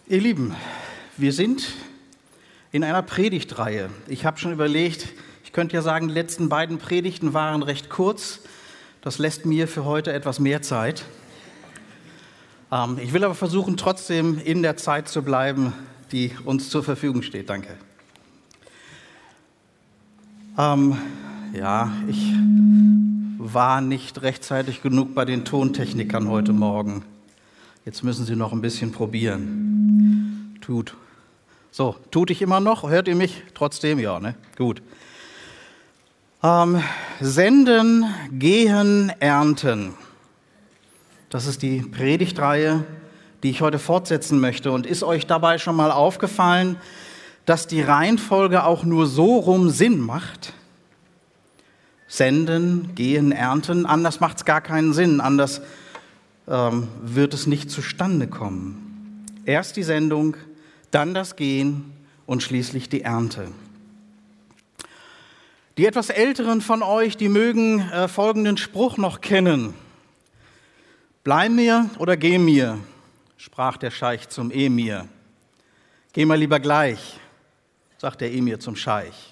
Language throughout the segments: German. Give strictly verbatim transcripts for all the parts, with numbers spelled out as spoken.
Ihr Lieben, wir sind in einer Predigtreihe. Ich habe schon überlegt, ich könnte ja sagen, die letzten beiden Predigten waren recht kurz. Das lässt mir für heute etwas mehr Zeit. Ähm, ich will aber versuchen, trotzdem in der Zeit zu bleiben, die uns zur Verfügung steht. Danke. Ähm, ja, ich war nicht rechtzeitig genug bei den Tontechnikern heute Morgen. Jetzt müssen Sie noch ein bisschen probieren. Tut. So, tut ich immer noch? Hört ihr mich trotzdem? Ja, ne? Gut. Ähm, senden, gehen, ernten. Das ist die Predigtreihe, die ich heute fortsetzen möchte. Und ist euch dabei schon mal aufgefallen, dass die Reihenfolge auch nur so rum Sinn macht? Senden, gehen, ernten. Anders macht es gar keinen Sinn. Anders ähm, wird es nicht zustande kommen. Erst die Sendung, dann das Gehen und schließlich die Ernte. Die etwas Älteren von euch, die mögen äh, folgenden Spruch noch kennen. Bleib mir oder geh mir, sprach der Scheich zum Emir. Geh mal lieber gleich, sagt der Emir zum Scheich.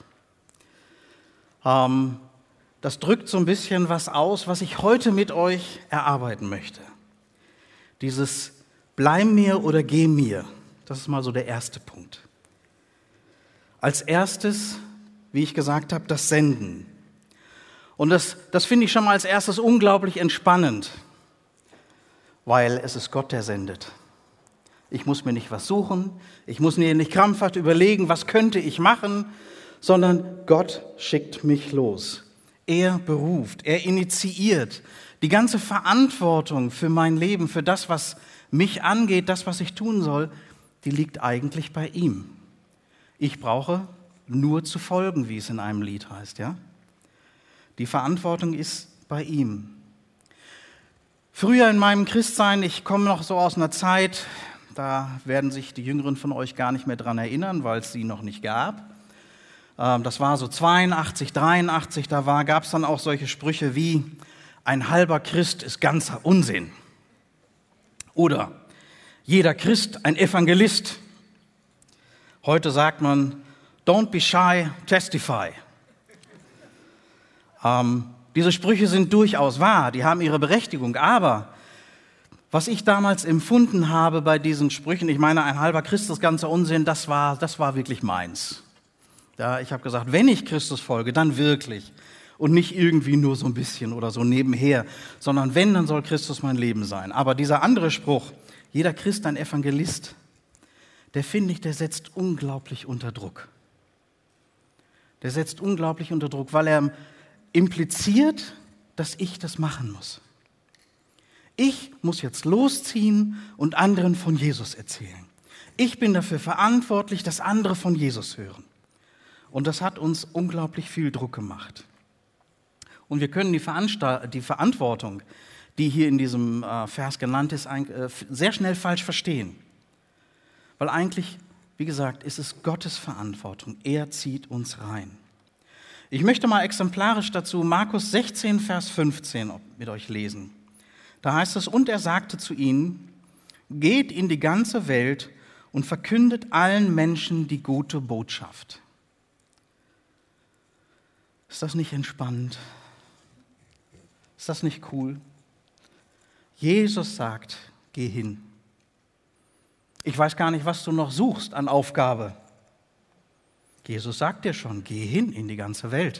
Ähm, das drückt so ein bisschen was aus, was ich heute mit euch erarbeiten möchte. Dieses Bleib mir oder geh mir, das ist mal so der erste Punkt. Als erstes, wie ich gesagt habe, das Senden. Und das, das finde ich schon mal als erstes unglaublich entspannend, weil es ist Gott, der sendet. Ich muss mir nicht was suchen, ich muss mir nicht krampfhaft überlegen, was könnte ich machen, sondern Gott schickt mich los. Er beruft, er initiiert. Die ganze Verantwortung für mein Leben, für das, was mich angeht, das, was ich tun soll, die liegt eigentlich bei ihm. Ich brauche nur zu folgen, wie es in einem Lied heißt, ja? Die Verantwortung ist bei ihm. Früher in meinem Christsein, ich komme noch so aus einer Zeit, da werden sich die Jüngeren von euch gar nicht mehr dran erinnern, weil es sie noch nicht gab. Das war so zweiundachtzig, dreiundachtzig, da war, gab es dann auch solche Sprüche wie, ein halber Christ ist ganzer Unsinn. Oder jeder Christ ein Evangelist. Heute sagt man, don't be shy, testify. Ähm, diese Sprüche sind durchaus wahr, die haben ihre Berechtigung, aber was ich damals empfunden habe bei diesen Sprüchen, ich meine, ein halber Christ ist ganzer Unsinn, das war, das war wirklich meins. Ja, ich habe gesagt, wenn ich Christus folge, dann wirklich. Und nicht irgendwie nur so ein bisschen oder so nebenher, sondern wenn, dann soll Christus mein Leben sein. Aber dieser andere Spruch, jeder Christ ein Evangelist, der finde ich, der setzt unglaublich unter Druck. Der setzt unglaublich unter Druck, weil er impliziert, dass ich das machen muss. Ich muss jetzt losziehen und anderen von Jesus erzählen. Ich bin dafür verantwortlich, dass andere von Jesus hören. Und das hat uns unglaublich viel Druck gemacht. Und wir können die, Veranstalt- die Verantwortung, die hier in diesem äh, Vers genannt ist, ein, äh, sehr schnell falsch verstehen. Weil eigentlich, wie gesagt, ist es Gottes Verantwortung. Er zieht uns rein. Ich möchte mal exemplarisch dazu Markus sechzehn, Vers fünfzehn mit euch lesen. Da heißt es, und er sagte zu ihnen, geht in die ganze Welt und verkündet allen Menschen die gute Botschaft. Ist das nicht entspannend? Ist das nicht cool? Jesus sagt, geh hin. Ich weiß gar nicht, was du noch suchst an Aufgabe. Jesus sagt dir schon, geh hin in die ganze Welt.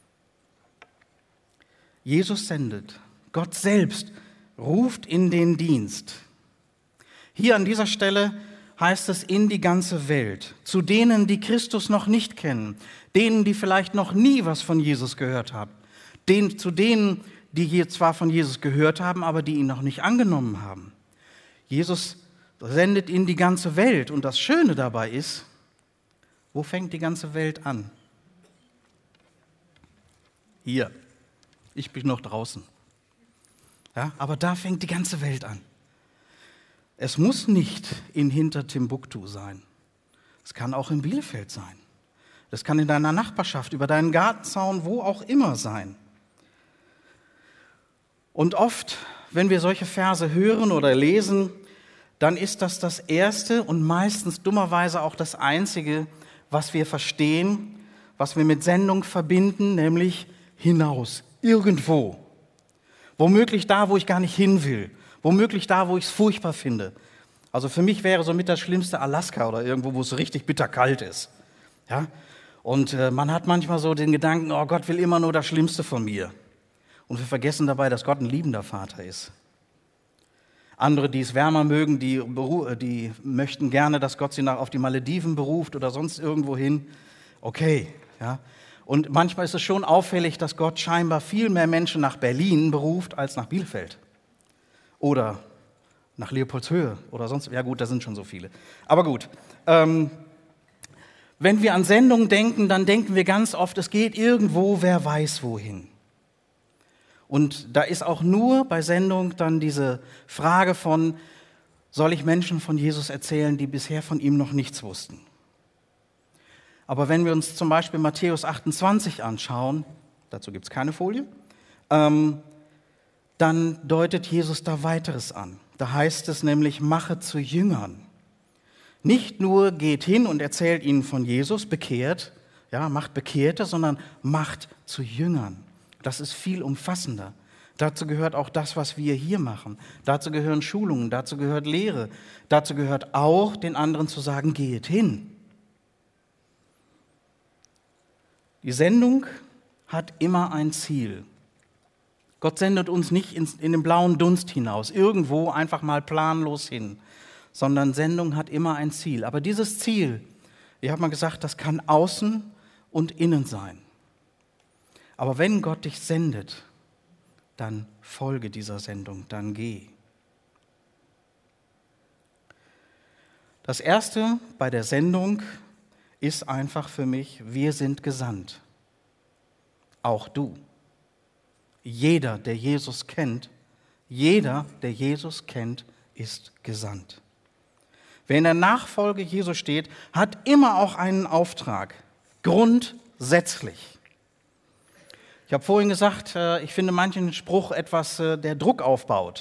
Jesus sendet. Gott selbst ruft in den Dienst. Hier an dieser Stelle heißt es in die ganze Welt. Zu denen, die Christus noch nicht kennen. Denen, die vielleicht noch nie was von Jesus gehört haben. Den, zu denen, die hier zwar von Jesus gehört haben, aber die ihn noch nicht angenommen haben. Jesus sendet in die ganze Welt. Und das Schöne dabei ist, wo fängt die ganze Welt an? Hier. Ich bin noch draußen. Ja, aber da fängt die ganze Welt an. Es muss nicht in Hinter-Timbuktu sein. Es kann auch in Bielefeld sein. Das kann in deiner Nachbarschaft, über deinen Gartenzaun, wo auch immer sein. Und oft, wenn wir solche Verse hören oder lesen, dann ist das das Erste und meistens dummerweise auch das Einzige, was wir verstehen, was wir mit Sendung verbinden, nämlich hinaus, irgendwo. Womöglich da, wo ich gar nicht hin will, womöglich da, wo ich es furchtbar finde. Also für mich wäre somit das Schlimmste Alaska oder irgendwo, wo es richtig bitterkalt ist. Ja? Und äh, man hat manchmal so den Gedanken, oh Gott will immer nur das Schlimmste von mir. Und wir vergessen dabei, dass Gott ein liebender Vater ist. Andere, die es wärmer mögen, die, die möchten gerne, dass Gott sie nach, auf die Malediven beruft oder sonst irgendwo hin. Okay, ja. Und manchmal ist es schon auffällig, dass Gott scheinbar viel mehr Menschen nach Berlin beruft als nach Bielefeld. Oder nach Leopoldshöhe oder sonst. Ja gut, da sind schon so viele. Aber gut. Ähm, wenn wir an Sendungen denken, dann denken wir ganz oft, es geht irgendwo, wer weiß wohin. Und da ist auch nur bei Sendung dann diese Frage von, soll ich Menschen von Jesus erzählen, die bisher von ihm noch nichts wussten? Aber wenn wir uns zum Beispiel Matthäus achtundzwanzig anschauen, dazu gibt es keine Folie, ähm, dann deutet Jesus da weiteres an. Da heißt es nämlich, mache zu Jüngern. Nicht nur geht hin und erzählt ihnen von Jesus, bekehrt, ja, macht Bekehrte, sondern macht zu Jüngern. Das ist viel umfassender. Dazu gehört auch das, was wir hier machen. Dazu gehören Schulungen, dazu gehört Lehre. Dazu gehört auch, den anderen zu sagen, geht hin. Die Sendung hat immer ein Ziel. Gott sendet uns nicht in, in den blauen Dunst hinaus, irgendwo einfach mal planlos hin, sondern Sendung hat immer ein Ziel. Aber dieses Ziel, ich habe mal gesagt, das kann außen und innen sein. Aber wenn Gott dich sendet, dann folge dieser Sendung, dann geh. Das Erste bei der Sendung ist einfach für mich, wir sind gesandt. Auch du. Jeder, der Jesus kennt, jeder, der Jesus kennt, ist gesandt. Wer in der Nachfolge Jesu steht, hat immer auch einen Auftrag, grundsätzlich. Ich habe vorhin gesagt, ich finde manchen Spruch etwas, der Druck aufbaut.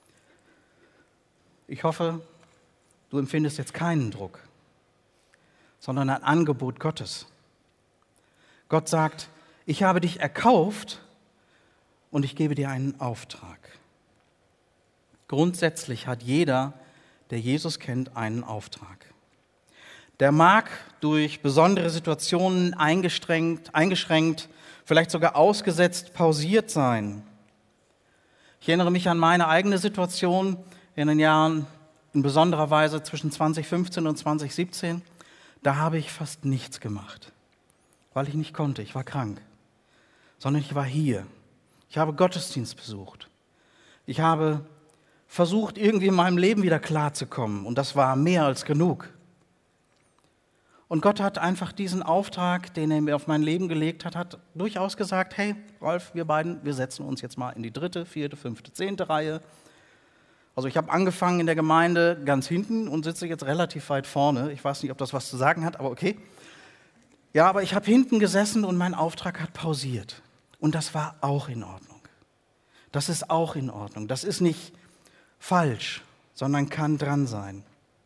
Ich hoffe, du empfindest jetzt keinen Druck, sondern ein Angebot Gottes. Gott sagt, ich habe dich erkauft und ich gebe dir einen Auftrag. Grundsätzlich hat jeder, der Jesus kennt, einen Auftrag. Der mag durch besondere Situationen eingeschränkt, eingeschränkt, vielleicht sogar ausgesetzt, pausiert sein. Ich erinnere mich an meine eigene Situation in den Jahren, in besonderer Weise zwischen zwanzig fünfzehn und zwanzig siebzehn. Da habe ich fast nichts gemacht, weil ich nicht konnte, ich war krank, sondern ich war hier. Ich habe Gottesdienst besucht. Ich habe versucht, irgendwie in meinem Leben wieder klarzukommen und das war mehr als genug. Und Gott hat einfach diesen Auftrag, den er mir auf mein Leben gelegt hat, hat durchaus gesagt, hey, Rolf, wir beiden, wir setzen uns jetzt mal in die dritte, vierte, fünfte, zehnte Reihe. Also ich habe angefangen in der Gemeinde ganz hinten und sitze jetzt relativ weit vorne. Ich weiß nicht, ob das was zu sagen hat, aber okay. Ja, aber ich habe hinten gesessen und mein Auftrag hat pausiert. Und das war auch in Ordnung. Das ist auch in Ordnung. Das ist nicht falsch, sondern kann dran sein.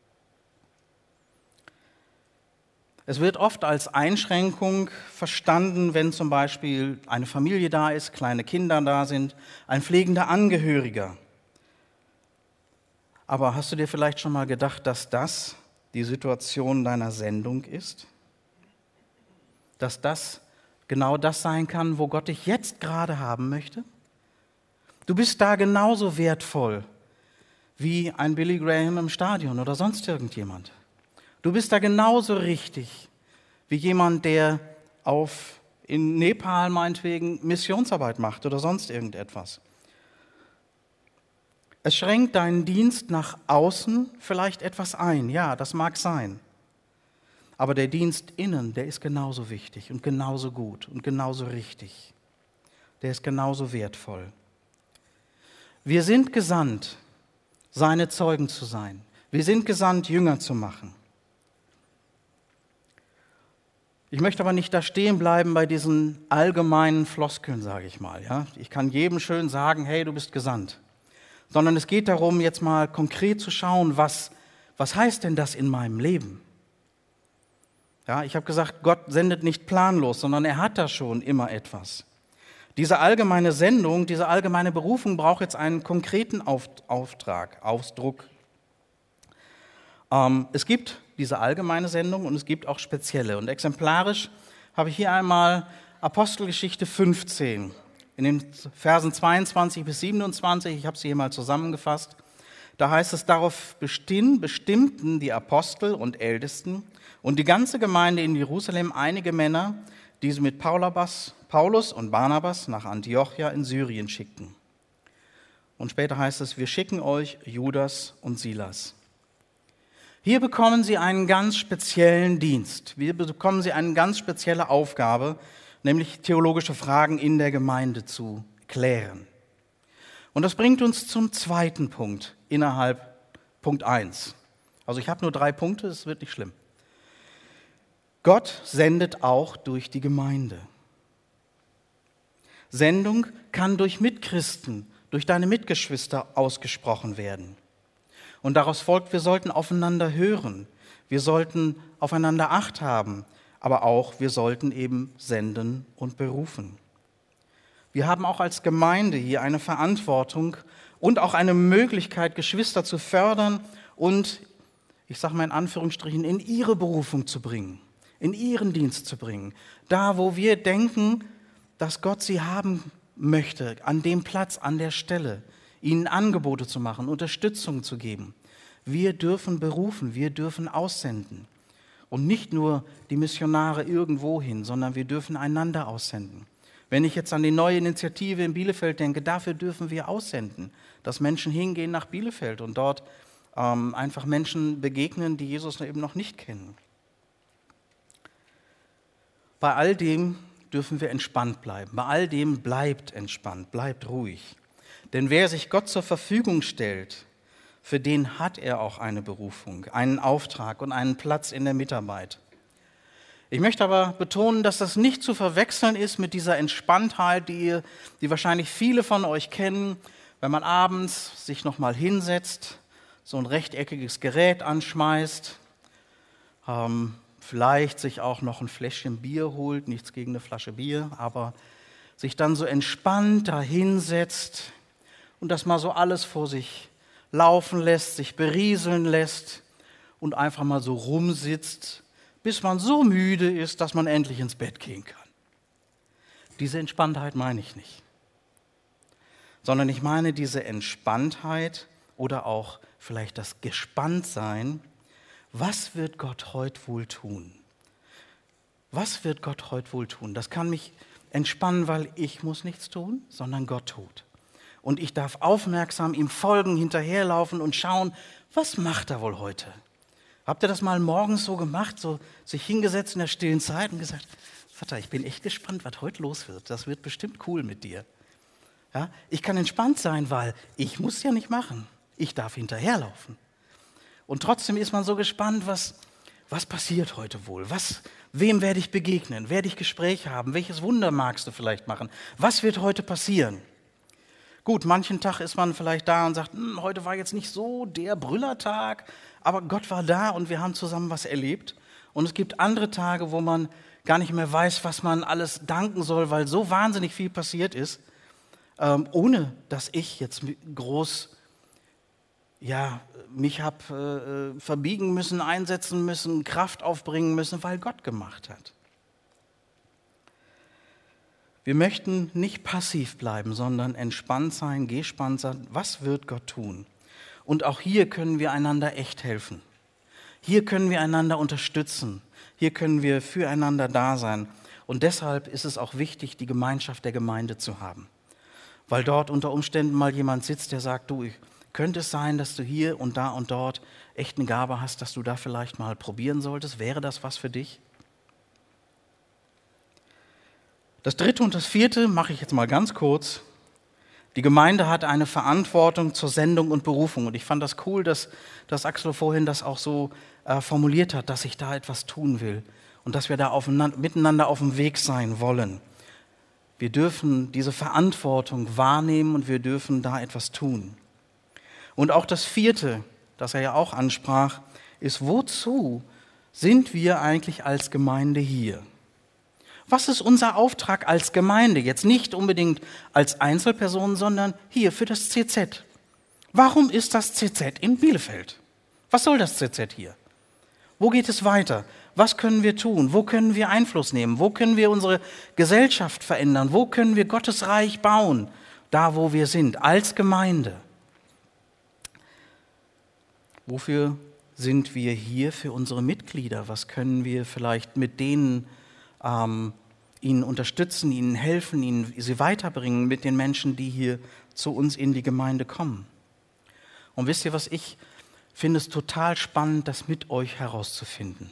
Es wird oft als Einschränkung verstanden, wenn zum Beispiel eine Familie da ist, kleine Kinder da sind, ein pflegender Angehöriger. Aber hast du dir vielleicht schon mal gedacht, dass das die Situation deiner Sendung ist? Dass das genau das sein kann, wo Gott dich jetzt gerade haben möchte? Du bist da genauso wertvoll wie ein Billy Graham im Stadion oder sonst irgendjemand. Du bist da genauso richtig wie jemand, der auf, in Nepal meinetwegen Missionsarbeit macht oder sonst irgendetwas. Es schränkt deinen Dienst nach außen vielleicht etwas ein, ja, das mag sein. Aber der Dienst innen, der ist genauso wichtig und genauso gut und genauso richtig. Der ist genauso wertvoll. Wir sind gesandt, seine Zeugen zu sein. Wir sind gesandt, Jünger zu machen. Ich möchte aber nicht da stehen bleiben bei diesen allgemeinen Floskeln, sage ich mal. Ja? Ich kann jedem schön sagen, hey, du bist gesandt. sondern es geht darum, jetzt mal konkret zu schauen, was, was heißt denn das in meinem Leben? Ja, ich habe gesagt, Gott sendet nicht planlos, sondern er hat da schon immer etwas. Diese allgemeine Sendung, diese allgemeine Berufung braucht jetzt einen konkreten Auftrag, Ausdruck. Ähm, es gibt diese allgemeine Sendung und es gibt auch spezielle. Und exemplarisch habe ich hier einmal Apostelgeschichte fünfzehn, in den Versen zweiundzwanzig bis siebenundzwanzig, ich habe sie hier mal zusammengefasst. Da heißt es, darauf bestimmten die Apostel und Ältesten und die ganze Gemeinde in Jerusalem einige Männer, die sie mit Paulus und Barnabas nach Antiochia in Syrien schickten. Und später heißt es, wir schicken euch Judas und Silas. Hier bekommen sie einen ganz speziellen Dienst. Hier bekommen sie eine ganz spezielle Aufgabe, nämlich theologische Fragen in der Gemeinde zu klären. Und das bringt uns zum zweiten Punkt innerhalb Punkt eins. Also ich habe nur drei Punkte, es wird nicht schlimm. Gott sendet auch durch die Gemeinde. Sendung kann durch Mitchristen, durch deine Mitgeschwister ausgesprochen werden. Und daraus folgt, wir sollten aufeinander hören, wir sollten aufeinander Acht haben, aber auch wir sollten eben senden und berufen. Wir haben auch als Gemeinde hier eine Verantwortung und auch eine Möglichkeit, Geschwister zu fördern und, ich sage mal in Anführungsstrichen, in ihre Berufung zu bringen, in ihren Dienst zu bringen. Da, wo wir denken, dass Gott sie haben möchte, an dem Platz, an der Stelle, ihnen Angebote zu machen, Unterstützung zu geben. Wir dürfen berufen, wir dürfen aussenden. Und nicht nur die Missionare irgendwo hin, sondern wir dürfen einander aussenden. Wenn ich jetzt an die neue Initiative in Bielefeld denke, dafür dürfen wir aussenden, dass Menschen hingehen nach Bielefeld und dort ähm, einfach Menschen begegnen, die Jesus eben noch nicht kennen. Bei all dem dürfen wir entspannt bleiben. Bei all dem bleibt entspannt, bleibt ruhig. Denn wer sich Gott zur Verfügung stellt, für den hat er auch eine Berufung, einen Auftrag und einen Platz in der Mitarbeit. Ich möchte aber betonen, dass das nicht zu verwechseln ist mit dieser Entspanntheit, die, die wahrscheinlich viele von euch kennen, wenn man abends sich nochmal hinsetzt, so ein rechteckiges Gerät anschmeißt, ähm, vielleicht sich auch noch ein Fläschchen Bier holt, nichts gegen eine Flasche Bier, aber sich dann so entspannt da hinsetzt und das mal so alles vor sich laufen lässt, sich berieseln lässt und einfach mal so rumsitzt, bis man so müde ist, dass man endlich ins Bett gehen kann. Diese Entspanntheit meine ich nicht, sondern ich meine diese Entspanntheit oder auch vielleicht das Gespanntsein, was wird Gott heute wohl tun? Was wird Gott heute wohl tun? Das kann mich entspannen, weil ich muss nichts tun, sondern Gott tut. Und ich darf aufmerksam ihm folgen, hinterherlaufen und schauen, was macht er wohl heute? Habt ihr das mal morgens so gemacht, so sich hingesetzt in der stillen Zeit und gesagt, Vater, ich bin echt gespannt, was heute los wird. Das wird bestimmt cool mit dir. Ja? Ich kann entspannt sein, weil ich muss ja nicht machen. Ich darf hinterherlaufen. Und trotzdem ist man so gespannt, was, was passiert heute wohl? Was, wem werde ich begegnen? Werde ich Gespräch haben? Welches Wunder magst du vielleicht machen? Was wird heute passieren? Gut, manchen Tag ist man vielleicht da und sagt, hm, heute war jetzt nicht so der Brüllertag, aber Gott war da und wir haben zusammen was erlebt. Und es gibt andere Tage, wo man gar nicht mehr weiß, was man alles danken soll, weil so wahnsinnig viel passiert ist, ähm, ohne dass ich jetzt groß ja, mich habe äh, verbiegen müssen, einsetzen müssen, Kraft aufbringen müssen, weil Gott gemacht hat. Wir möchten nicht passiv bleiben, sondern entspannt sein, gespannt sein. Was wird Gott tun? Und auch hier können wir einander echt helfen. Hier können wir einander unterstützen. Hier können wir füreinander da sein. Und deshalb ist es auch wichtig, die Gemeinschaft der Gemeinde zu haben. Weil dort unter Umständen mal jemand sitzt, der sagt, du, könnte es sein, dass du hier und da und dort echt eine Gabe hast, dass du da vielleicht mal probieren solltest? Wäre das was für dich? Das dritte und das vierte mache ich jetzt mal ganz kurz. Die Gemeinde hat eine Verantwortung zur Sendung und Berufung. Und ich fand das cool, dass, dass Axel vorhin das auch so äh, formuliert hat, dass ich da etwas tun will und dass wir da aufeinander, miteinander auf dem Weg sein wollen. Wir dürfen diese Verantwortung wahrnehmen und wir dürfen da etwas tun. Und auch das vierte, das er ja auch ansprach, ist, wozu sind wir eigentlich als Gemeinde hier? Was ist unser Auftrag als Gemeinde? Jetzt nicht unbedingt als Einzelperson, sondern hier für das C Z. Warum ist das C Z in Bielefeld? Was soll das C Z hier? Wo geht es weiter? Was können wir tun? Wo können wir Einfluss nehmen? Wo können wir unsere Gesellschaft verändern? Wo können wir Gottes Reich bauen? Da, wo wir sind, als Gemeinde. Wofür sind wir hier? Für unsere Mitglieder. Was können wir vielleicht mit denen ähm, ihnen unterstützen, ihnen helfen, ihnen sie weiterbringen mit den Menschen, die hier zu uns in die Gemeinde kommen? Und wisst ihr was, ich finde es total spannend, das mit euch herauszufinden.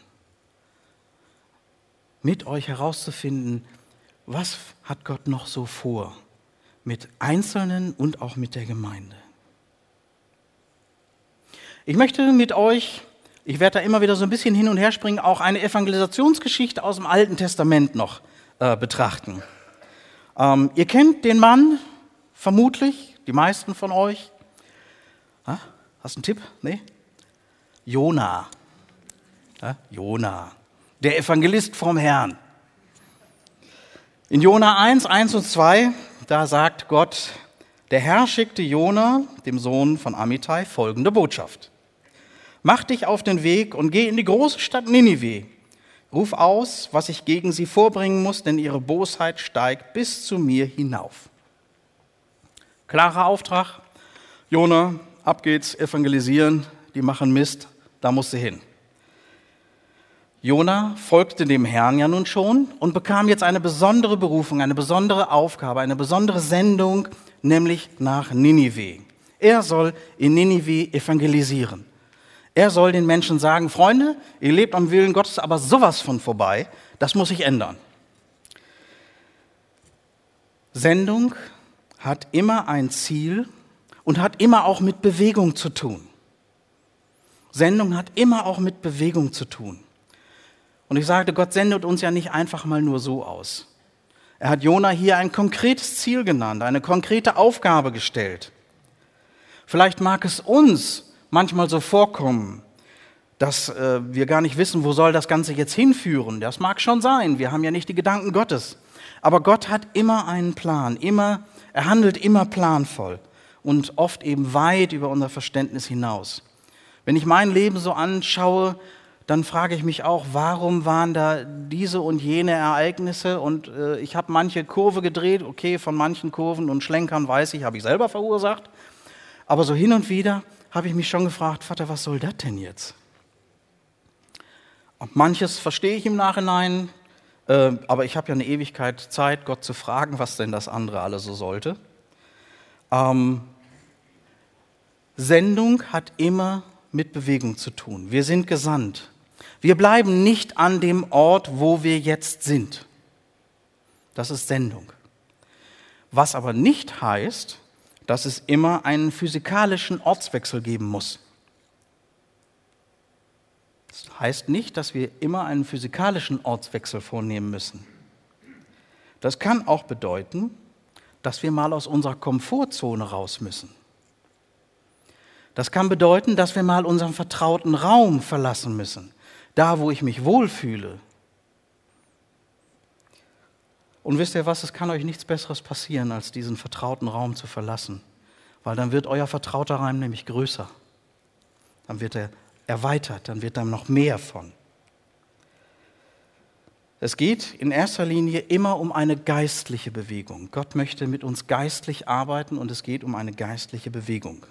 Mit euch herauszufinden, was hat Gott noch so vor mit Einzelnen und auch mit der Gemeinde. Ich möchte mit euch, ich werde da immer wieder so ein bisschen hin und her springen, auch eine Evangelisationsgeschichte aus dem Alten Testament noch äh, betrachten. Ähm, ihr kennt den Mann, vermutlich, die meisten von euch. Ha? Hast du einen Tipp? Nee? Jona. Ja, Jona. Der Evangelist vom Herrn. In Jona eins, eins und zwei, da sagt Gott, der Herr schickte Jona, dem Sohn von Amittai, folgende Botschaft. Mach dich auf den Weg und geh in die große Stadt Ninive. Ruf aus, was ich gegen sie vorbringen muss, denn ihre Bosheit steigt bis zu mir hinauf. Klarer Auftrag. Jona, ab geht's, evangelisieren, die machen Mist, da musst du hin. Jona folgte dem Herrn ja nun schon und bekam jetzt eine besondere Berufung, eine besondere Aufgabe, eine besondere Sendung, nämlich nach Ninive. Er soll in Ninive evangelisieren. Er soll den Menschen sagen, Freunde, ihr lebt am Willen Gottes, aber sowas von vorbei, das muss sich ändern. Sendung hat immer ein Ziel und hat immer auch mit Bewegung zu tun. Sendung hat immer auch mit Bewegung zu tun. Und ich sagte, Gott sendet uns ja nicht einfach mal nur so aus. Er hat Jona hier ein konkretes Ziel genannt, eine konkrete Aufgabe gestellt. Vielleicht mag es uns manchmal so vorkommen, dass äh, wir gar nicht wissen, wo soll das Ganze jetzt hinführen. Das mag schon sein, wir haben ja nicht die Gedanken Gottes. Aber Gott hat immer einen Plan, immer, er handelt immer planvoll und oft eben weit über unser Verständnis hinaus. Wenn ich mein Leben so anschaue, dann frage ich mich auch, warum waren da diese und jene Ereignisse? Und äh, ich habe manche Kurve gedreht, okay, von manchen Kurven und Schlenkern weiß ich, habe ich selber verursacht. Aber so hin und wieder habe ich mich schon gefragt, Vater, was soll das denn jetzt? Und manches verstehe ich im Nachhinein, äh, aber ich habe ja eine Ewigkeit Zeit, Gott zu fragen, was denn das andere alles so sollte. Ähm, Sendung hat immer mit Bewegung zu tun. Wir sind gesandt. Wir bleiben nicht an dem Ort, wo wir jetzt sind. Das ist Sendung. Was aber nicht heißt, dass es immer einen physikalischen Ortswechsel geben muss. Das heißt nicht, dass wir immer einen physikalischen Ortswechsel vornehmen müssen. Das kann auch bedeuten, dass wir mal aus unserer Komfortzone raus müssen. Das kann bedeuten, dass wir mal unseren vertrauten Raum verlassen müssen. Da, wo ich mich wohlfühle. Und wisst ihr was, es kann euch nichts Besseres passieren, als diesen vertrauten Raum zu verlassen. Weil dann wird euer vertrauter Raum nämlich größer. Dann wird er erweitert, dann wird da noch mehr von. Es geht in erster Linie immer um eine geistliche Bewegung. Gott möchte mit uns geistlich arbeiten und es geht um eine geistliche Bewegung.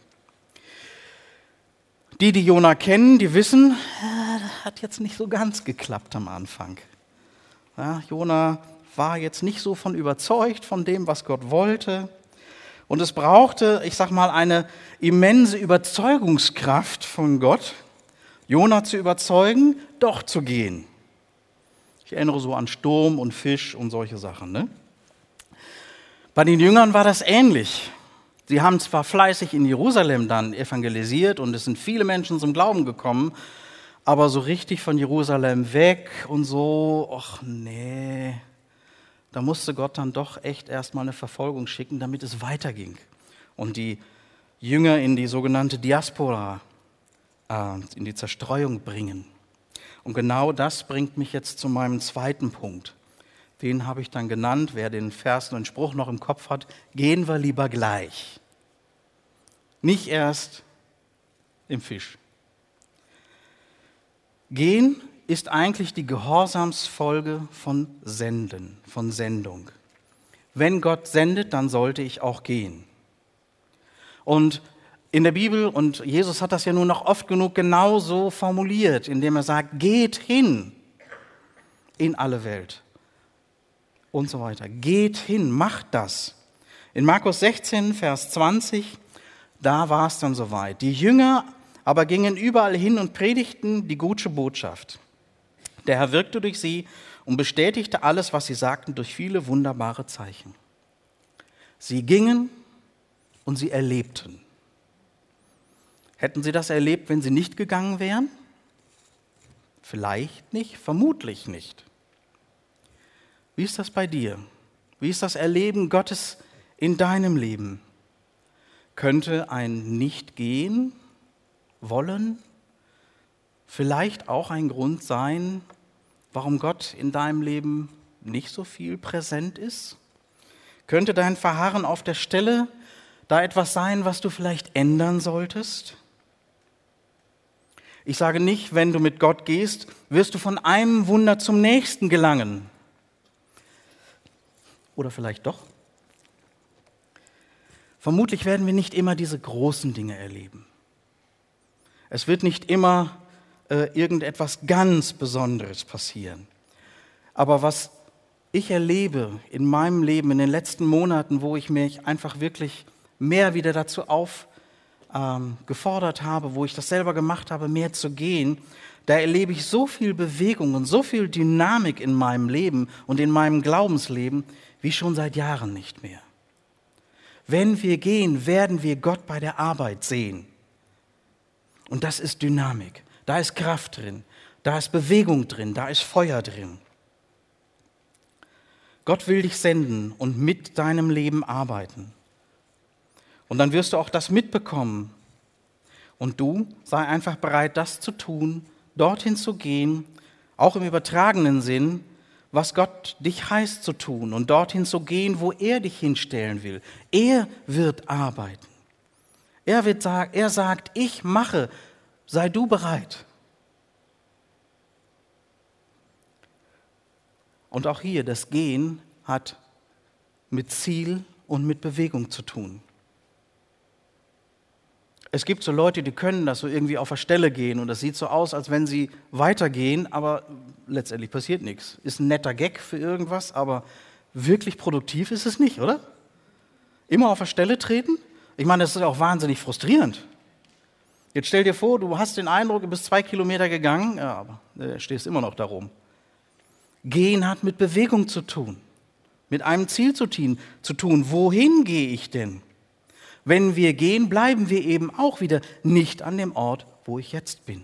Die, die Jona kennen, die wissen, das hat jetzt nicht so ganz geklappt am Anfang. Ja, Jona war jetzt nicht so von überzeugt von dem, was Gott wollte. Und es brauchte, ich sag mal, eine immense Überzeugungskraft von Gott, Jona zu überzeugen, doch zu gehen. Ich erinnere so an Sturm und Fisch und solche Sachen. Ne? Bei den Jüngern war das ähnlich. Sie haben zwar fleißig in Jerusalem dann evangelisiert und es sind viele Menschen zum Glauben gekommen, aber so richtig von Jerusalem weg und so, ach nee, da musste Gott dann doch echt erstmal eine Verfolgung schicken, damit es weiterging. Und die Jünger in die sogenannte Diaspora, äh, in die Zerstreuung bringen. Und genau das bringt mich jetzt zu meinem zweiten Punkt. Den habe ich dann genannt, wer den Vers und den Spruch noch im Kopf hat, gehen wir lieber gleich. Nicht erst im Fisch. Gehen ist eigentlich die Gehorsamsfolge von Senden, von Sendung. Wenn Gott sendet, dann sollte ich auch gehen. Und in der Bibel, und Jesus hat das ja nun noch oft genug genauso formuliert, indem er sagt, geht hin in alle Welt und so weiter. Geht hin, macht das. In Markus sechzehn, Vers zwanzig, da war es dann soweit. Die Jünger aber gingen überall hin und predigten die gute Botschaft. Der Herr wirkte durch sie und bestätigte alles, was sie sagten, durch viele wunderbare Zeichen. Sie gingen und sie erlebten. Hätten sie das erlebt, wenn sie nicht gegangen wären? Vielleicht nicht, vermutlich nicht. Wie ist das bei dir? Wie ist das Erleben Gottes in deinem Leben? Könnte ein Nicht-Gehen wollen vielleicht auch ein Grund sein, warum Gott in deinem Leben nicht so viel präsent ist? Könnte dein Verharren auf der Stelle da etwas sein, was du vielleicht ändern solltest? Ich sage nicht, wenn du mit Gott gehst, wirst du von einem Wunder zum nächsten gelangen. Oder vielleicht doch? Vermutlich werden wir nicht immer diese großen Dinge erleben. Es wird nicht immer äh, irgendetwas ganz Besonderes passieren. Aber was ich erlebe in meinem Leben in den letzten Monaten, wo ich mich einfach wirklich mehr wieder dazu aufgefordert ähm, habe, wo ich das selber gemacht habe, mehr zu gehen, da erlebe ich so viel Bewegung und so viel Dynamik in meinem Leben und in meinem Glaubensleben wie schon seit Jahren nicht mehr. Wenn wir gehen, werden wir Gott bei der Arbeit sehen. Und das ist Dynamik. Da ist Kraft drin, da ist Bewegung drin, da ist Feuer drin. Gott will dich senden und mit deinem Leben arbeiten. Und dann wirst du auch das mitbekommen. Und du sei einfach bereit, das zu tun, dorthin zu gehen, auch im übertragenen Sinn, was Gott dich heißt zu tun und dorthin zu gehen, wo er dich hinstellen will. Er wird arbeiten. Er wird sagen, er sagt, ich mache, sei du bereit. Und auch hier, das Gehen hat mit Ziel und mit Bewegung zu tun. Es gibt so Leute, die können das so irgendwie auf der Stelle gehen und das sieht so aus, als wenn sie weitergehen, aber letztendlich passiert nichts. Ist ein netter Gag für irgendwas, aber wirklich produktiv ist es nicht, oder? Immer auf der Stelle treten? Ich meine, das ist auch wahnsinnig frustrierend. Jetzt stell dir vor, du hast den Eindruck, du bist zwei Kilometer gegangen, ja, aber äh, stehst immer noch da rum. Gehen hat mit Bewegung zu tun, mit einem Ziel zu tun. Zu tun. Wohin gehe ich denn? Wenn wir gehen, bleiben wir eben auch wieder nicht an dem Ort, wo ich jetzt bin.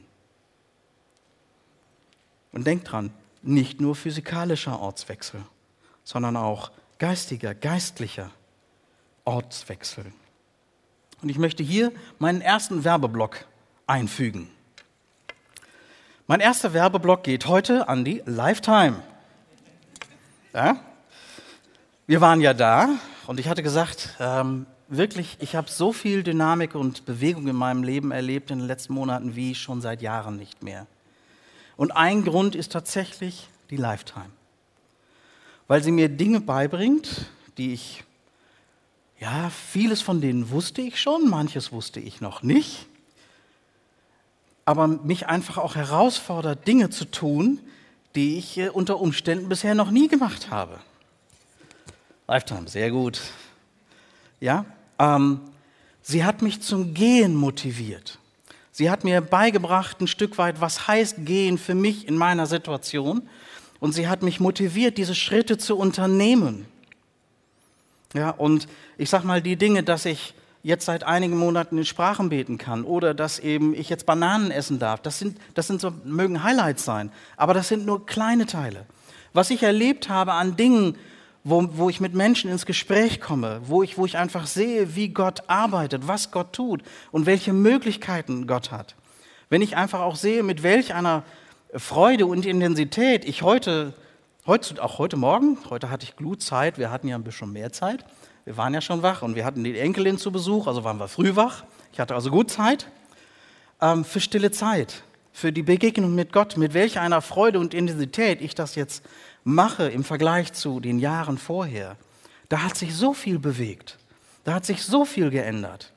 Und denk dran, nicht nur physikalischer Ortswechsel, sondern auch geistiger, geistlicher Ortswechsel. Und ich möchte hier meinen ersten Werbeblock einfügen. Mein erster Werbeblock geht heute an die Lifetime. Ja? Wir waren ja da und ich hatte gesagt, ähm, wirklich, ich habe so viel Dynamik und Bewegung in meinem Leben erlebt in den letzten Monaten wie schon seit Jahren nicht mehr. Und ein Grund ist tatsächlich die Lifetime. Weil sie mir Dinge beibringt, die ich, ja, vieles von denen wusste ich schon, manches wusste ich noch nicht. Aber mich einfach auch herausfordert, Dinge zu tun, die ich äh, unter Umständen bisher noch nie gemacht habe. Lifetime, sehr gut. Ja, ähm, sie hat mich zum Gehen motiviert. Sie hat mir beigebracht ein Stück weit, was heißt Gehen für mich in meiner Situation. Und sie hat mich motiviert, diese Schritte zu unternehmen. Ja, und ich sag mal, die Dinge, dass ich jetzt seit einigen Monaten in Sprachen beten kann oder dass eben ich jetzt Bananen essen darf, das sind, das sind so, mögen Highlights sein, aber das sind nur kleine Teile. Was ich erlebt habe an Dingen, wo, wo ich mit Menschen ins Gespräch komme, wo ich, wo ich einfach sehe, wie Gott arbeitet, was Gott tut und welche Möglichkeiten Gott hat. Wenn ich einfach auch sehe, mit welch einer Freude und Intensität ich heute, heute, auch heute Morgen, heute hatte ich Glutzeit, wir hatten ja ein bisschen mehr Zeit, wir waren ja schon wach und wir hatten die Enkelin zu Besuch, also waren wir früh wach, ich hatte also gut Zeit, ähm, für stille Zeit, für die Begegnung mit Gott, mit welch einer Freude und Intensität ich das jetzt mache im Vergleich zu den Jahren vorher. Da hat sich so viel bewegt, da hat sich so viel geändert.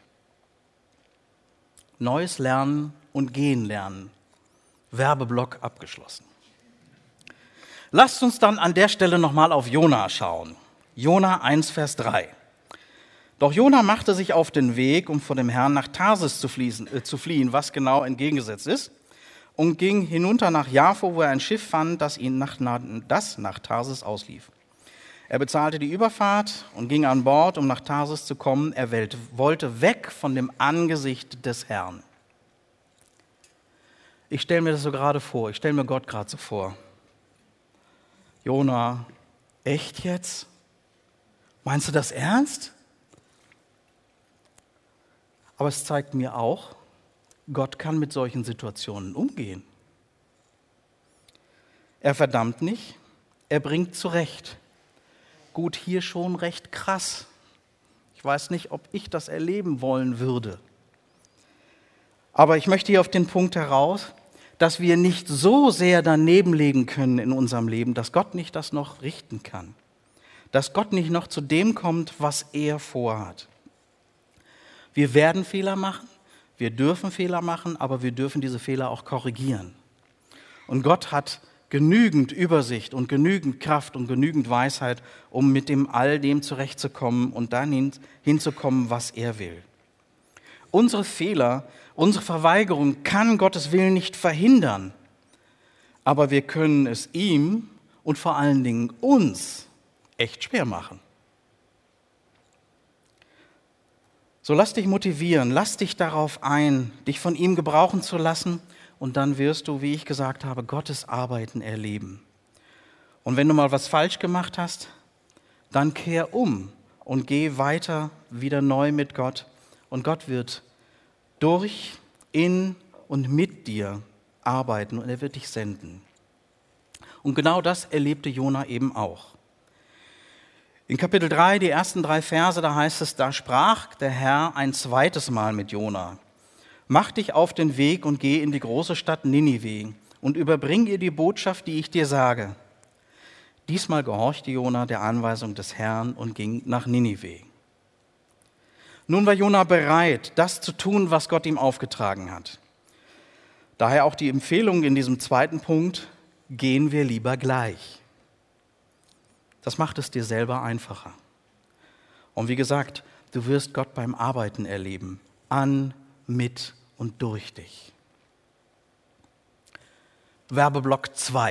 Neues Lernen und Gehen lernen. Werbeblock abgeschlossen. Lasst uns dann an der Stelle nochmal auf Jona schauen. Jona eins, Vers drei. Doch Jona machte sich auf den Weg, um vor dem Herrn nach Tarsis zu, fließen, äh, zu fliehen, was genau entgegengesetzt ist, und ging hinunter nach Jaffo, wo er ein Schiff fand, das ihn nach, das nach Tarsis auslief. Er bezahlte die Überfahrt und ging an Bord, um nach Tarsis zu kommen. Er wollte weg von dem Angesicht des Herrn. Ich stelle mir das so gerade vor, ich stelle mir Gott gerade so vor. Jona, echt jetzt? Meinst du das ernst? Aber es zeigt mir auch, Gott kann mit solchen Situationen umgehen. Er verdammt nicht, er bringt zurecht. Gut, hier schon recht krass. Ich weiß nicht, ob ich das erleben wollen würde. Aber ich möchte hier auf den Punkt heraus, dass wir nicht so sehr daneben liegen können in unserem Leben, dass Gott nicht das noch richten kann. Dass Gott nicht noch zu dem kommt, was er vorhat. Wir werden Fehler machen, wir dürfen Fehler machen, aber wir dürfen diese Fehler auch korrigieren. Und Gott hat genügend Übersicht und genügend Kraft und genügend Weisheit, um mit dem all dem zurechtzukommen und dann hin, hinzukommen, was er will. Unsere Fehler, unsere Verweigerung kann Gottes Willen nicht verhindern, aber wir können es ihm und vor allen Dingen uns echt schwer machen. So lass dich motivieren, lass dich darauf ein, dich von ihm gebrauchen zu lassen und dann wirst du, wie ich gesagt habe, Gottes Arbeiten erleben. Und wenn du mal was falsch gemacht hast, dann kehr um und geh weiter wieder neu mit Gott. Und Gott wird durch, in und mit dir arbeiten und er wird dich senden. Und genau das erlebte Jona eben auch. In Kapitel drei, die ersten drei Verse, da heißt es, da sprach der Herr ein zweites Mal mit Jona. Mach dich auf den Weg und geh in die große Stadt Ninive und überbring ihr die Botschaft, die ich dir sage. Diesmal gehorchte Jona der Anweisung des Herrn und ging nach Ninive. Nun war Jona bereit, das zu tun, was Gott ihm aufgetragen hat. Daher auch die Empfehlung in diesem zweiten Punkt, gehen wir lieber gleich. Das macht es dir selber einfacher. Und wie gesagt, du wirst Gott beim Arbeiten erleben, an, mit und durch dich. Werbeblock zwei.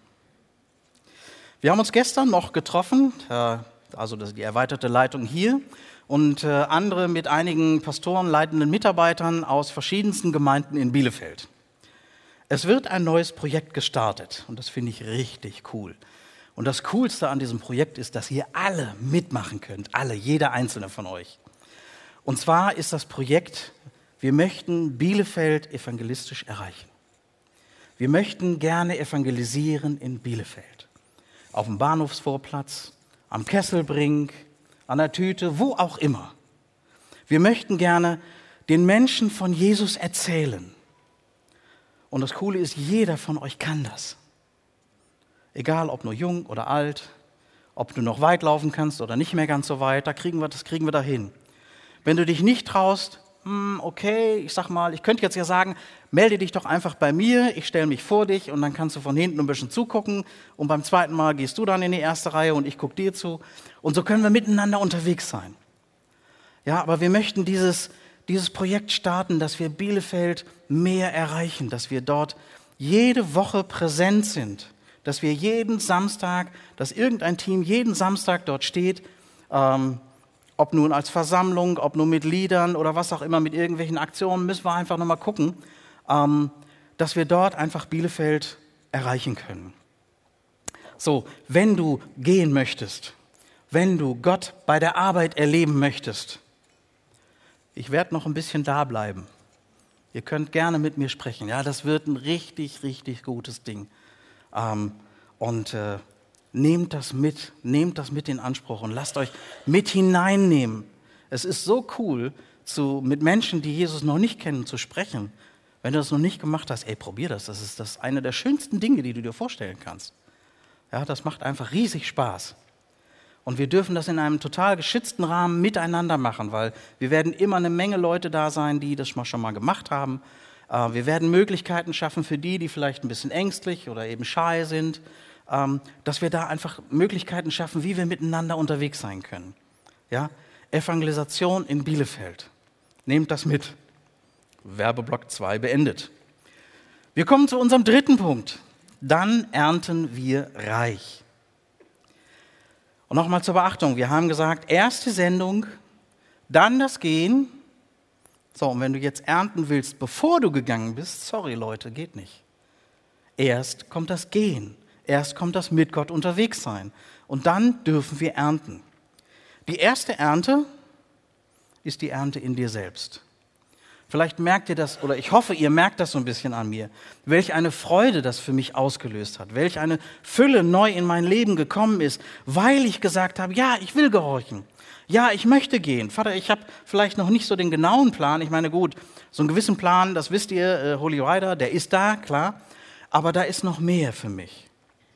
Wir haben uns gestern noch getroffen, also die erweiterte Leitung hier, und andere mit einigen Pastoren, leitenden Mitarbeitern aus verschiedensten Gemeinden in Bielefeld. Es wird ein neues Projekt gestartet und das finde ich richtig cool. Und das Coolste an diesem Projekt ist, dass ihr alle mitmachen könnt, alle, jeder einzelne von euch. Und zwar ist das Projekt, wir möchten Bielefeld evangelistisch erreichen. Wir möchten gerne evangelisieren in Bielefeld. Auf dem Bahnhofsvorplatz, am Kesselbrink, an der Tüte, wo auch immer. Wir möchten gerne den Menschen von Jesus erzählen. Und das Coole ist, jeder von euch kann das. Egal, ob nur jung oder alt, ob du noch weit laufen kannst oder nicht mehr ganz so weit, da kriegen wir, das kriegen wir da hin. Wenn du dich nicht traust, okay, ich sag mal, ich könnte jetzt ja sagen, melde dich doch einfach bei mir, ich stelle mich vor dich und dann kannst du von hinten ein bisschen zugucken und beim zweiten Mal gehst du dann in die erste Reihe und ich gucke dir zu und so können wir miteinander unterwegs sein. Ja, aber wir möchten dieses, dieses Projekt starten, dass wir Bielefeld mehr erreichen, dass wir dort jede Woche präsent sind, dass wir jeden Samstag, dass irgendein Team jeden Samstag dort steht, ähm, ob nun als Versammlung, ob nur mit Liedern oder was auch immer, mit irgendwelchen Aktionen, müssen wir einfach nochmal gucken, ähm, dass wir dort einfach Bielefeld erreichen können. So, wenn du gehen möchtest, wenn du Gott bei der Arbeit erleben möchtest. Ich werde noch ein bisschen da bleiben. Ihr könnt gerne mit mir sprechen. Ja, das wird ein richtig, richtig gutes Ding. Ähm, und äh, nehmt das mit, nehmt das mit in Anspruch und lasst euch mit hineinnehmen. Es ist so cool, zu, mit Menschen, die Jesus noch nicht kennen, zu sprechen. Wenn du das noch nicht gemacht hast, ey, probier das. Das ist das eine der schönsten Dinge, die du dir vorstellen kannst. Ja, das macht einfach riesig Spaß. Und wir dürfen das in einem total geschützten Rahmen miteinander machen, weil wir werden immer eine Menge Leute da sein, die das schon mal gemacht haben. Wir werden Möglichkeiten schaffen für die, die vielleicht ein bisschen ängstlich oder eben shy sind, dass wir da einfach Möglichkeiten schaffen, wie wir miteinander unterwegs sein können. Ja? Evangelisation in Bielefeld. Nehmt das mit. Werbeblock zwei beendet. Wir kommen zu unserem dritten Punkt. Dann ernten wir reich. Und nochmal zur Beachtung, wir haben gesagt, erste Sendung, dann das Gehen. So, und wenn du jetzt ernten willst, bevor du gegangen bist, sorry Leute, geht nicht. Erst kommt das Gehen, erst kommt das mit Gott unterwegs sein. Und dann dürfen wir ernten. Die erste Ernte ist die Ernte in dir selbst. Vielleicht merkt ihr das, oder ich hoffe, ihr merkt das so ein bisschen an mir, welch eine Freude das für mich ausgelöst hat, welch eine Fülle neu in mein Leben gekommen ist, weil ich gesagt habe, ja, ich will gehorchen, ja, ich möchte gehen. Vater, ich habe vielleicht noch nicht so den genauen Plan, ich meine, gut, so einen gewissen Plan, das wisst ihr, äh, Holy Rider, der ist da, klar, aber da ist noch mehr für mich.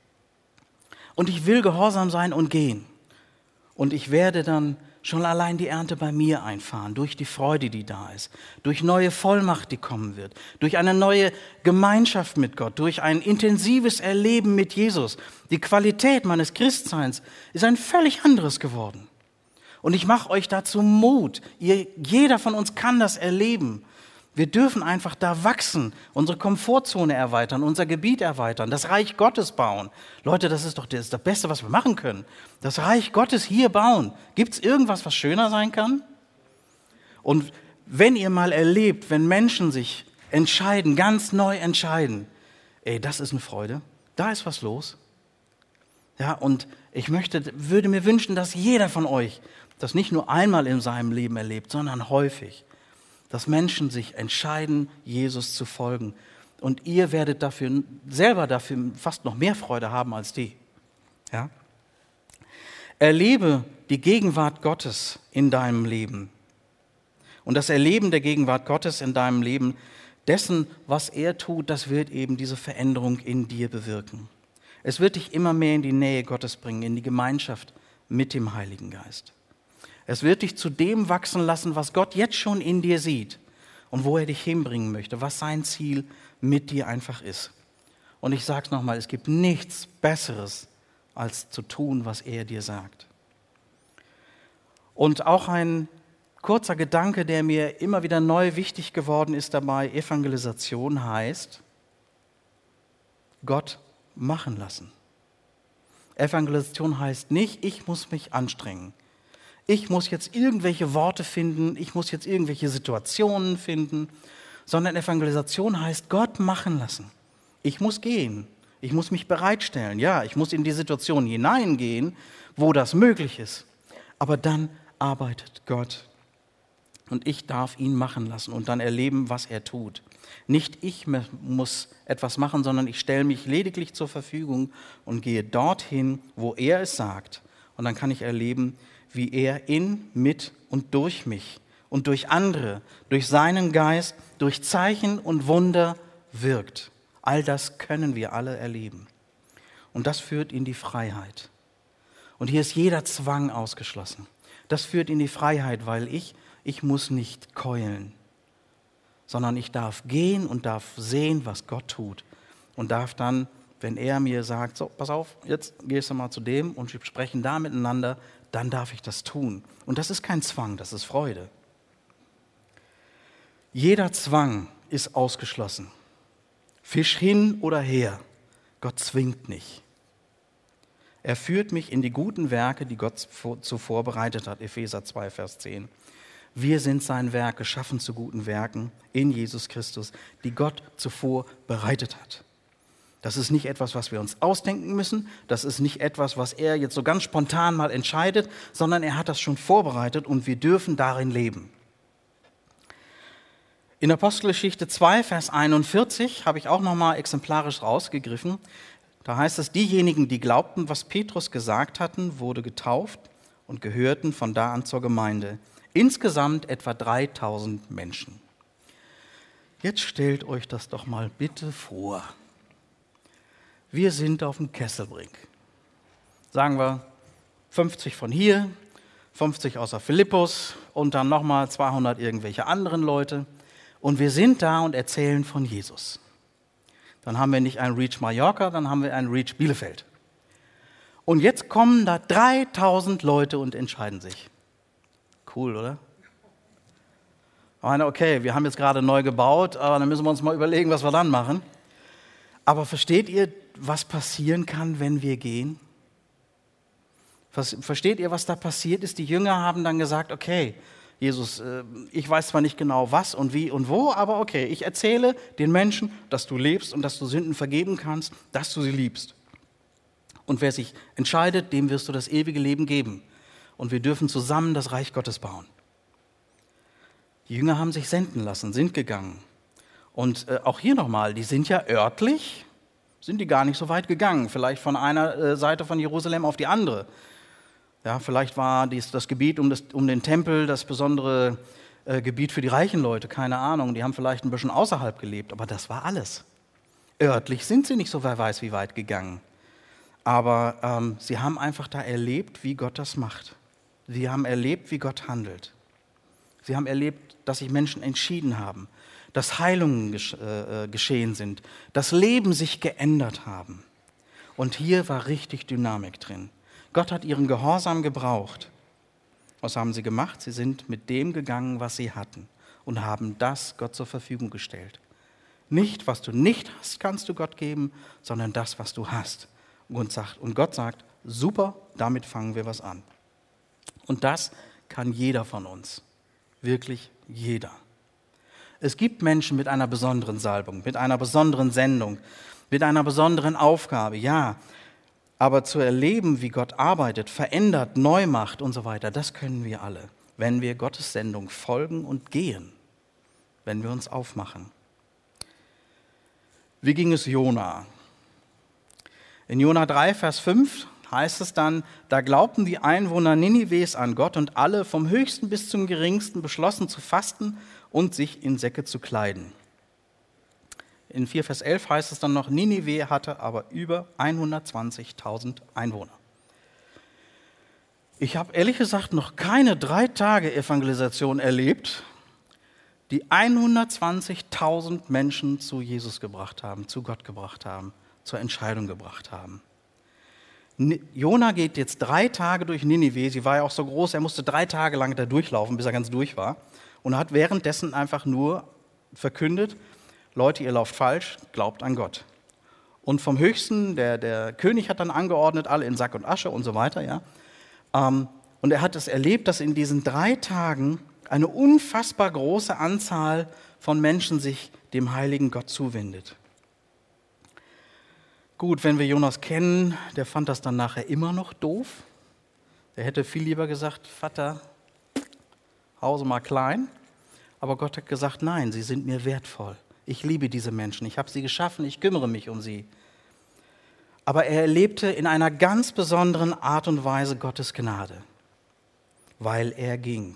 Und ich will gehorsam sein und gehen. Und ich werde dann schon allein die Ernte bei mir einfahren, durch die Freude, die da ist, durch neue Vollmacht, die kommen wird, durch eine neue Gemeinschaft mit Gott, durch ein intensives Erleben mit Jesus. Die Qualität meines Christseins ist ein völlig anderes geworden. Und ich mache euch dazu Mut. Ihr, jeder von uns kann das erleben. Wir dürfen einfach da wachsen, unsere Komfortzone erweitern, unser Gebiet erweitern, das Reich Gottes bauen. Leute, das ist doch das, ist das Beste, was wir machen können. Das Reich Gottes hier bauen. Gibt es irgendwas, was schöner sein kann? Und wenn ihr mal erlebt, wenn Menschen sich entscheiden, ganz neu entscheiden, ey, das ist eine Freude, da ist was los. Ja, und ich möchte, würde mir wünschen, dass jeder von euch das nicht nur einmal in seinem Leben erlebt, sondern häufig. Dass Menschen sich entscheiden, Jesus zu folgen. Und ihr werdet dafür selber dafür fast noch mehr Freude haben als die. Ja? Erlebe die Gegenwart Gottes in deinem Leben. Und das Erleben der Gegenwart Gottes in deinem Leben, dessen, was er tut, das wird eben diese Veränderung in dir bewirken. Es wird dich immer mehr in die Nähe Gottes bringen, in die Gemeinschaft mit dem Heiligen Geist. Es wird dich zu dem wachsen lassen, was Gott jetzt schon in dir sieht und wo er dich hinbringen möchte, was sein Ziel mit dir einfach ist. Und ich sage es nochmal, es gibt nichts Besseres, als zu tun, was er dir sagt. Und auch ein kurzer Gedanke, der mir immer wieder neu wichtig geworden ist dabei, Evangelisation heißt, Gott machen lassen. Evangelisation heißt nicht, ich muss mich anstrengen. Ich muss jetzt irgendwelche Worte finden, ich muss jetzt irgendwelche Situationen finden, sondern Evangelisation heißt Gott machen lassen. Ich muss gehen, ich muss mich bereitstellen, ja, ich muss in die Situation hineingehen, wo das möglich ist. Aber dann arbeitet Gott und ich darf ihn machen lassen und dann erleben, was er tut. Nicht ich muss etwas machen, sondern ich stelle mich lediglich zur Verfügung und gehe dorthin, wo er es sagt. Und dann kann ich erleben, wie er in, mit und durch mich und durch andere, durch seinen Geist, durch Zeichen und Wunder wirkt. All das können wir alle erleben. Und das führt in die Freiheit. Und hier ist jeder Zwang ausgeschlossen. Das führt in die Freiheit, weil ich, ich muss nicht keulen, sondern ich darf gehen und darf sehen, was Gott tut. Und darf dann, wenn er mir sagt, so, pass auf, jetzt gehst du mal zu dem und wir sprechen da miteinander, dann darf ich das tun. Und das ist kein Zwang, das ist Freude. Jeder Zwang ist ausgeschlossen. Fisch hin oder her, Gott zwingt nicht. Er führt mich in die guten Werke, die Gott zuvor bereitet hat, Epheser zwei, Vers zehn. Wir sind sein Werk, geschaffen zu guten Werken in Jesus Christus, die Gott zuvor bereitet hat. Das ist nicht etwas, was wir uns ausdenken müssen. Das ist nicht etwas, was er jetzt so ganz spontan mal entscheidet, sondern er hat das schon vorbereitet und wir dürfen darin leben. In Apostelgeschichte zwei, Vers einundvierzig habe ich auch nochmal exemplarisch rausgegriffen. Da heißt es, diejenigen, die glaubten, was Petrus gesagt hatten, wurde getauft und gehörten von da an zur Gemeinde. Insgesamt etwa dreitausend Menschen. Jetzt stellt euch das doch mal bitte vor. Wir sind auf dem Kesselbrink. Sagen wir fünfzig von hier, fünfzig außer Philippus und dann nochmal zweihundert irgendwelche anderen Leute. Und wir sind da und erzählen von Jesus. Dann haben wir nicht ein Reach Mallorca, dann haben wir ein Reach Bielefeld. Und jetzt kommen da dreitausend Leute und entscheiden sich. Cool, oder? Ich meine, okay, wir haben jetzt gerade neu gebaut, aber dann müssen wir uns mal überlegen, was wir dann machen. Aber versteht ihr, was passieren kann, wenn wir gehen? Versteht ihr, was da passiert ist? Die Jünger haben dann gesagt, okay, Jesus, ich weiß zwar nicht genau was und wie und wo, aber okay, ich erzähle den Menschen, dass du lebst und dass du Sünden vergeben kannst, dass du sie liebst. Und wer sich entscheidet, dem wirst du das ewige Leben geben. Und wir dürfen zusammen das Reich Gottes bauen. Die Jünger haben sich senden lassen, sind gegangen. Und äh, auch hier nochmal, die sind ja örtlich, sind die gar nicht so weit gegangen. Vielleicht von einer äh, Seite von Jerusalem auf die andere. Ja, vielleicht war dies, das Gebiet um, das, um den Tempel das besondere äh, Gebiet für die reichen Leute, keine Ahnung. Die haben vielleicht ein bisschen außerhalb gelebt, aber das war alles. Örtlich sind sie nicht so, wer weiß wie weit gegangen. Aber ähm, sie haben einfach da erlebt, wie Gott das macht. Sie haben erlebt, wie Gott handelt. Sie haben erlebt, dass sich Menschen entschieden haben, dass Heilungen gesch- äh, geschehen sind, dass Leben sich geändert haben. Und hier war richtig Dynamik drin. Gott hat ihren Gehorsam gebraucht. Was haben sie gemacht? Sie sind mit dem gegangen, was sie hatten und haben das Gott zur Verfügung gestellt. Nicht, was du nicht hast, kannst du Gott geben, sondern das, was du hast. Und, sagt, und Gott sagt, super, damit fangen wir was an. Und das kann jeder von uns. Wirklich jeder. Es gibt Menschen mit einer besonderen Salbung, mit einer besonderen Sendung, mit einer besonderen Aufgabe, ja. Aber zu erleben, wie Gott arbeitet, verändert, neu macht und so weiter, das können wir alle, wenn wir Gottes Sendung folgen und gehen, wenn wir uns aufmachen. Wie ging es Jona? In Jona drei, Vers fünf heißt es dann, da glaubten die Einwohner Ninives an Gott und alle vom höchsten bis zum geringsten beschlossen zu fasten und sich in Säcke zu kleiden. In vier, Vers elf heißt es dann noch, Ninive hatte aber über hundertzwanzigtausend Einwohner. Ich habe ehrlich gesagt noch keine drei Tage Evangelisation erlebt, die hundertzwanzigtausend Menschen zu Jesus gebracht haben, zu Gott gebracht haben, zur Entscheidung gebracht haben. Jona geht jetzt drei Tage durch Ninive, sie war ja auch so groß, er musste drei Tage lang da durchlaufen, bis er ganz durch war und hat währenddessen einfach nur verkündet, Leute, ihr lauft falsch, glaubt an Gott. Und vom Höchsten, der, der König hat dann angeordnet, alle in Sack und Asche und so weiter. Ja. Und er hat es erlebt, dass in diesen drei Tagen eine unfassbar große Anzahl von Menschen sich dem heiligen Gott zuwendet. Gut, wenn wir Jonas kennen, der fand das dann nachher immer noch doof. Der hätte viel lieber gesagt, Vater, Hause mal klein. Aber Gott hat gesagt, nein, sie sind mir wertvoll. Ich liebe diese Menschen, ich habe sie geschaffen, ich kümmere mich um sie. Aber er erlebte in einer ganz besonderen Art und Weise Gottes Gnade, weil er ging.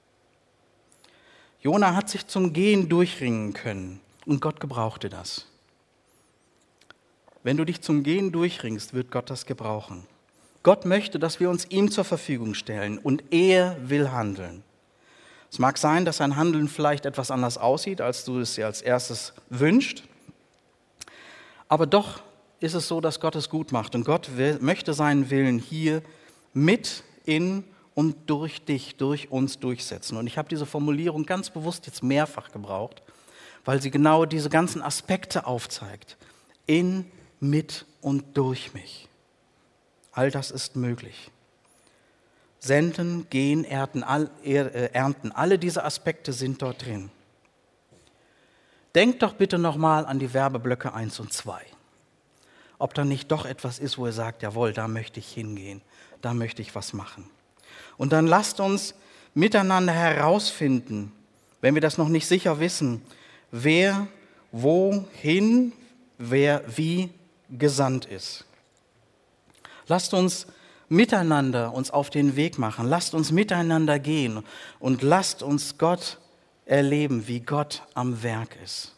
Jona hat sich zum Gehen durchringen können und Gott gebrauchte das. Wenn du dich zum Gehen durchringst, wird Gott das gebrauchen. Gott möchte, dass wir uns ihm zur Verfügung stellen und er will handeln. Es mag sein, dass sein Handeln vielleicht etwas anders aussieht, als du es dir als erstes wünschst. Aber doch ist es so, dass Gott es gut macht. Und Gott will, möchte seinen Willen hier mit, in und durch dich, durch uns durchsetzen. Und ich habe diese Formulierung ganz bewusst jetzt mehrfach gebraucht, weil sie genau diese ganzen Aspekte aufzeigt. In, mit und durch mich. All das ist möglich. Senden, gehen, ernten, all, ernten. Alle diese Aspekte sind dort drin. Denkt doch bitte nochmal an die Verbeblöcke eins und zwei. ob da nicht doch etwas ist, wo ihr sagt, jawohl, da möchte ich hingehen, da möchte ich was machen. Und dann lasst uns miteinander herausfinden, wenn wir das noch nicht sicher wissen, wer wohin, wer wie gesandt ist. Lasst uns miteinander uns auf den Weg machen, lasst uns miteinander gehen und lasst uns Gott erleben, wie Gott am Werk ist.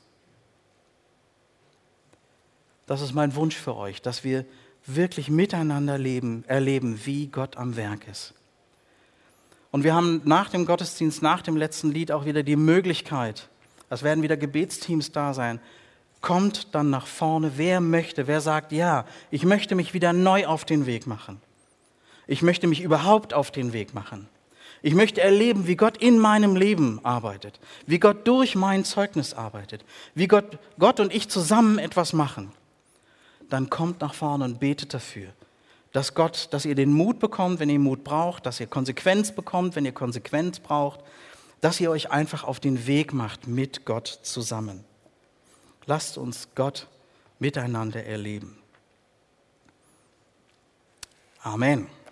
Das ist mein Wunsch für euch, dass wir wirklich miteinander leben, erleben, wie Gott am Werk ist. Und wir haben nach dem Gottesdienst, nach dem letzten Lied auch wieder die Möglichkeit, es werden wieder Gebetsteams da sein, kommt dann nach vorne, wer möchte, wer sagt, ja, ich möchte mich wieder neu auf den Weg machen. Ich möchte mich überhaupt auf den Weg machen. Ich möchte erleben, wie Gott in meinem Leben arbeitet, wie Gott durch mein Zeugnis arbeitet, wie Gott, Gott und ich zusammen etwas machen. Dann kommt nach vorne und betet dafür, dass Gott, dass ihr den Mut bekommt, wenn ihr Mut braucht, dass ihr Konsequenz bekommt, wenn ihr Konsequenz braucht, dass ihr euch einfach auf den Weg macht mit Gott zusammen. Lasst uns Gott miteinander erleben. Amen.